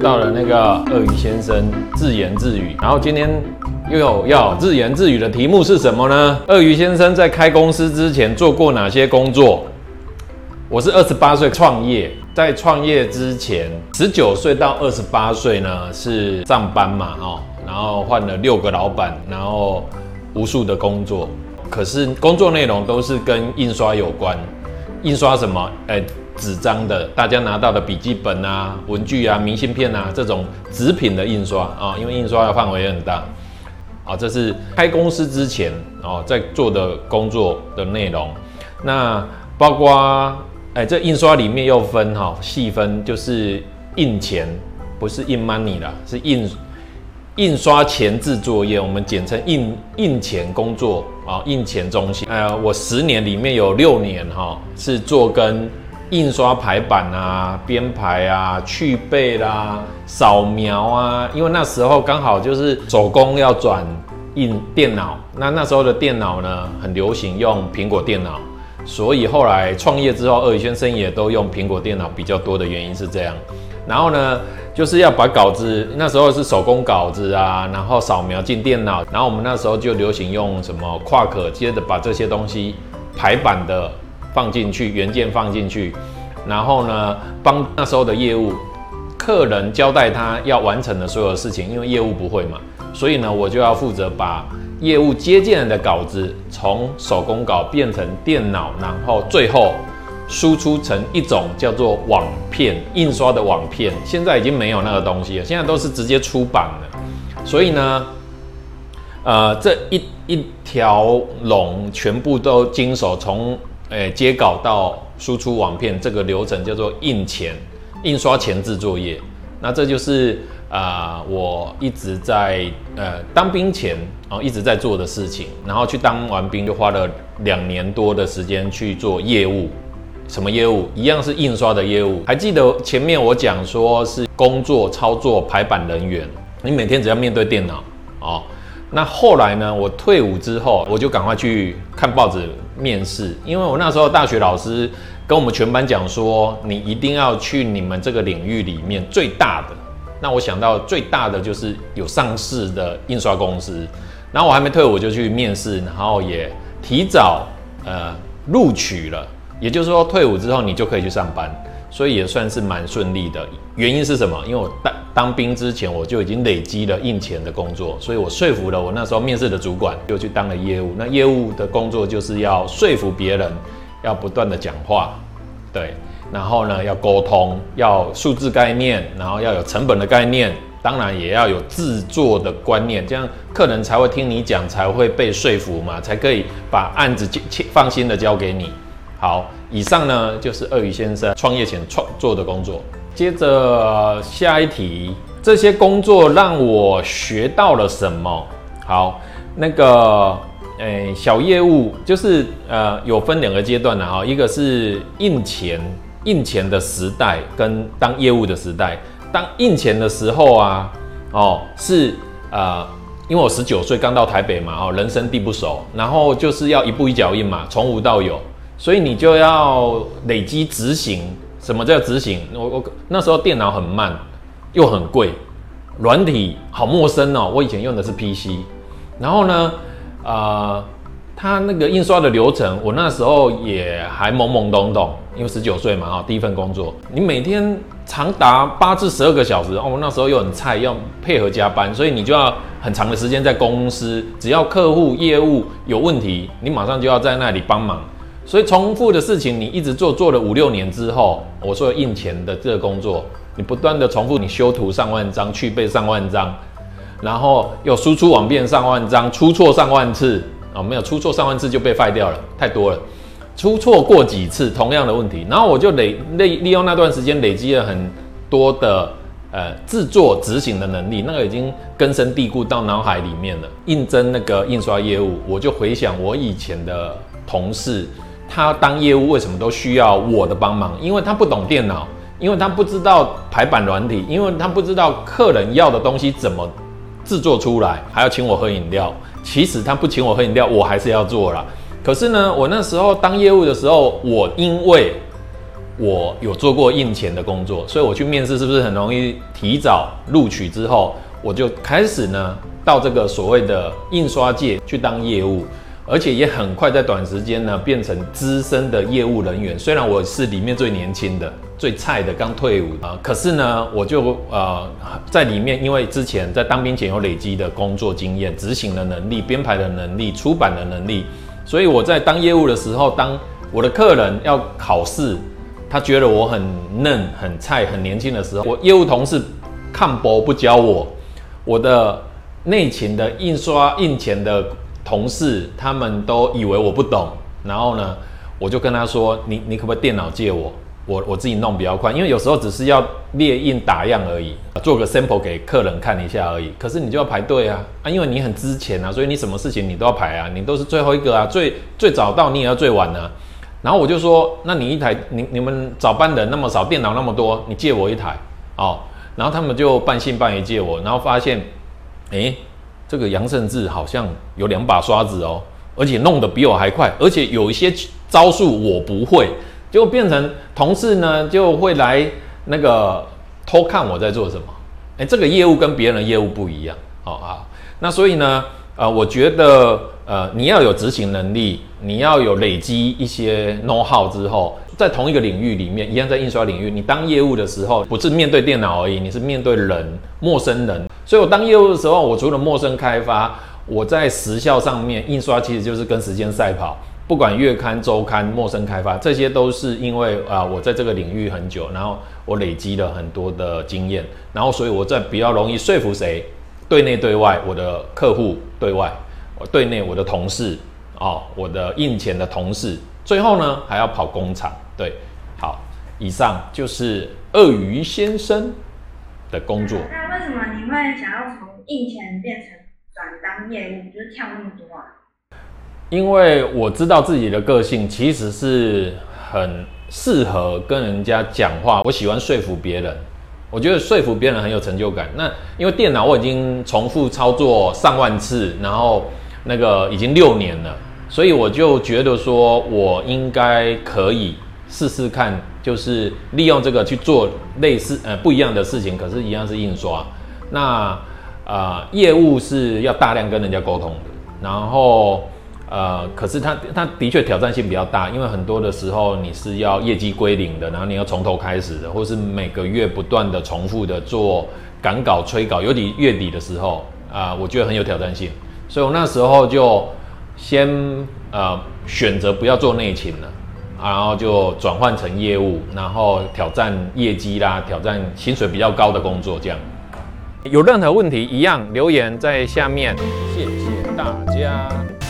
到了那个鳄鱼先生自言自语，然后今天又有要自言自语的题目是什么呢？鳄鱼先生在开公司之前做过哪些工作？我是28岁创业，在创业之前，19岁到28岁呢是上班嘛，然后换了6个老板，然后无数的工作，可是工作内容都是跟印刷有关，印刷什么？纸张的，大家拿到的笔记本啊、文具啊、明信片啊，这种纸品的印刷啊，因为印刷的范围也很大啊，这是开公司之前在做的工作的内容。那包括这印刷里面又分细分，就是印钱，不是印 money 啦，是印刷前置作业，我们简称印钱工作啊，印钱中心。我10年里面有6年是做跟印刷排版啊、编排啊、去背啦、扫描啊，因为那时候刚好就是手工要转印电脑，那时候的电脑呢很流行用苹果电脑，所以后来创业之后，鳄鱼先生也都用苹果电脑比较多的原因是这样。然后呢，就是要把稿子，那时候是手工稿子啊，然后扫描进电脑，然后我们那时候就流行用什么夸克，接着把这些东西排版的放进去，原件放进去，然后呢，帮那时候的业务客人交代他要完成的所有事情，因为业务不会嘛，所以呢，我就要负责把业务接进来的稿子从手工稿变成电脑，然后最后输出成一种叫做网片，印刷的网片，现在已经没有那个东西了，现在都是直接出版的。所以呢，这一条龙全部都经手，从接稿到输出网片这个流程叫做印刷前置作业。那这就是我一直在当兵前一直在做的事情，然后去当完兵就花了2年多的时间去做业务。什么业务？一样是印刷的业务。还记得前面我讲说是工作操作排版人员，你每天只要面对电脑那后来呢，我退伍之后，我就赶快去看报纸面试，因为我那时候大学老师跟我们全班讲说，你一定要去你们这个领域里面最大的。那我想到最大的就是有上市的印刷公司，然后我还没退伍我就去面试，然后也提早录取了。也就是说，退伍之后你就可以去上班，所以也算是蛮顺利的。原因是什么？因为我当兵之前我就已经累积了印钱的工作，所以我说服了我那时候面试的主管，就去当了业务。那业务的工作就是要说服别人，要不断的讲话，对，然后呢要沟通，要数字概念，然后要有成本的概念，当然也要有制作的观念，这样客人才会听你讲，才会被说服嘛，才可以把案子放心的交给你。好，以上呢就是鳄鱼先生创业前做的工作。接着下一题，这些工作让我学到了什么？好，那个小业务就是有分2个阶段的一个是印钱的时代跟当业务的时代。当印钱的时候是因为我19岁刚到台北嘛，人生地不熟，然后就是要一步一脚印嘛，从无到有。所以你就要累积执行。什么叫执行？我那时候电脑很慢，又很贵，软体好陌生我以前用的是 PC， 然后呢，它那个印刷的流程，我那时候也还懵懵懂懂，因为19岁嘛，第一份工作，你每天长达8至12个小时，我那时候又很菜，要配合加班，所以你就要很长的时间在公司，只要客户业务有问题，你马上就要在那里帮忙。所以重复的事情你一直做了5、6年之后，我说印钱的这个工作，你不断的重复，你修图上万张，去背上万张，然后又输出网遍上万张，出错上万次没有出错上万次就被废掉了，太多了。出错过几次同样的问题，然后我就利用那段时间累积了很多的制作执行的能力，那个已经根深蒂固到脑海里面了。应征那个印刷业务，我就回想我以前的同事。他当业务为什么都需要我的帮忙？因为他不懂电脑，因为他不知道排版软体，因为他不知道客人要的东西怎么制作出来，还要请我喝饮料。其实他不请我喝饮料，我还是要做啦。可是呢，我那时候当业务的时候，我因为我有做过印钱的工作，所以我去面试是不是很容易提早录取之后，我就开始呢到这个所谓的印刷界去当业务，而且也很快在短时间呢变成资深的业务人员。虽然我是里面最年轻的、最菜的，刚退伍啊，可是呢我就在里面，因为之前在当兵前有累积的工作经验、执行的能力、编排的能力、出版的能力，所以我在当业务的时候，当我的客人要考试，他觉得我很嫩、很菜、很年轻的时候，我业务同事看薄不教我，我的内勤的印钱的同事，他们都以为我不懂，然后呢，我就跟他说：“你可不可以电脑借我？我自己弄比较快，因为有时候只是要列印打样而已，做个 sample 给客人看一下而已。可是你就要排队啊，因为你很资浅啊，所以你什么事情你都要排啊，你都是最后一个啊，最早到你也要最晚啊。然后我就说，那你一台你们早班人那么少，电脑那么多，你借我一台哦。然后他们就半信半疑借我，然后发现，这个杨胜志好像有2把刷子哦，而且弄得比我还快，而且有一些招数我不会，就变成同事呢就会来那个偷看我在做什么。这个业务跟别人的业务不一样，好，那所以呢，我觉得你要有执行能力，你要有累积一些 know how 之后，在同一个领域里面，一样在印刷领域，你当业务的时候，不是面对电脑而已，你是面对人，陌生人。所以我当业务的时候，我除了陌生开发，我在时效上面，印刷其实就是跟时间赛跑，不管月刊、周刊、陌生开发，这些都是因为我在这个领域很久，然后我累积了很多的经验，然后所以我在比较容易说服谁，对内对外，我的客户对外。我对内我的同事我的印钱的同事，最后呢还要跑工厂。对，好，以上就是鳄鱼先生的工作。 那为什么你会想要从印钱变成转当业务，就是跳那么多啊？ 因为我知道自己的个性其实是很适合跟人家讲话，我喜欢说服别人。我觉得说服别人很有成就感。那因为电脑我已经重复操作上万次，然后那个已经6年了，所以我就觉得说我应该可以试试看，就是利用这个去做类似不一样的事情，可是一样是印刷。那业务是要大量跟人家沟通的，然后可是它的确挑战性比较大，因为很多的时候你是要业绩归零的，然后你要从头开始的，或是每个月不断的重复的做赶稿、催稿，尤其月底的时候我觉得很有挑战性，所以我那时候就先选择不要做内勤了，然后就转换成业务，然后挑战业绩啦，挑战薪水比较高的工作，这样。有任何问题一样留言在下面，谢谢大家。